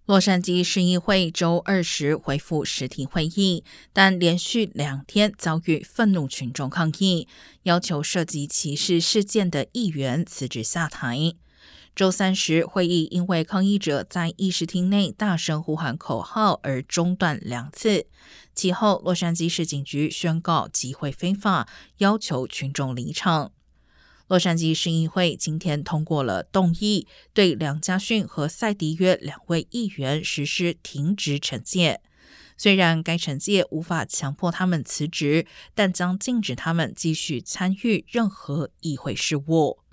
洛杉矶市议会周二时恢复实体会议，但连续2天遭遇愤怒群众抗议，要求涉及歧视事件的议员辞职下台。周三时，会议因为抗议者在议事厅内大声呼喊口号而中断2次。其后，洛杉矶市警局宣告集会非法，要求群众离场。洛杉矶市议会今天通过了动议，对梁家逊和赛迪约2位议员实施停职惩戒。虽然该惩戒无法强迫他们辞职，但将禁止他们继续参与任何议会事务。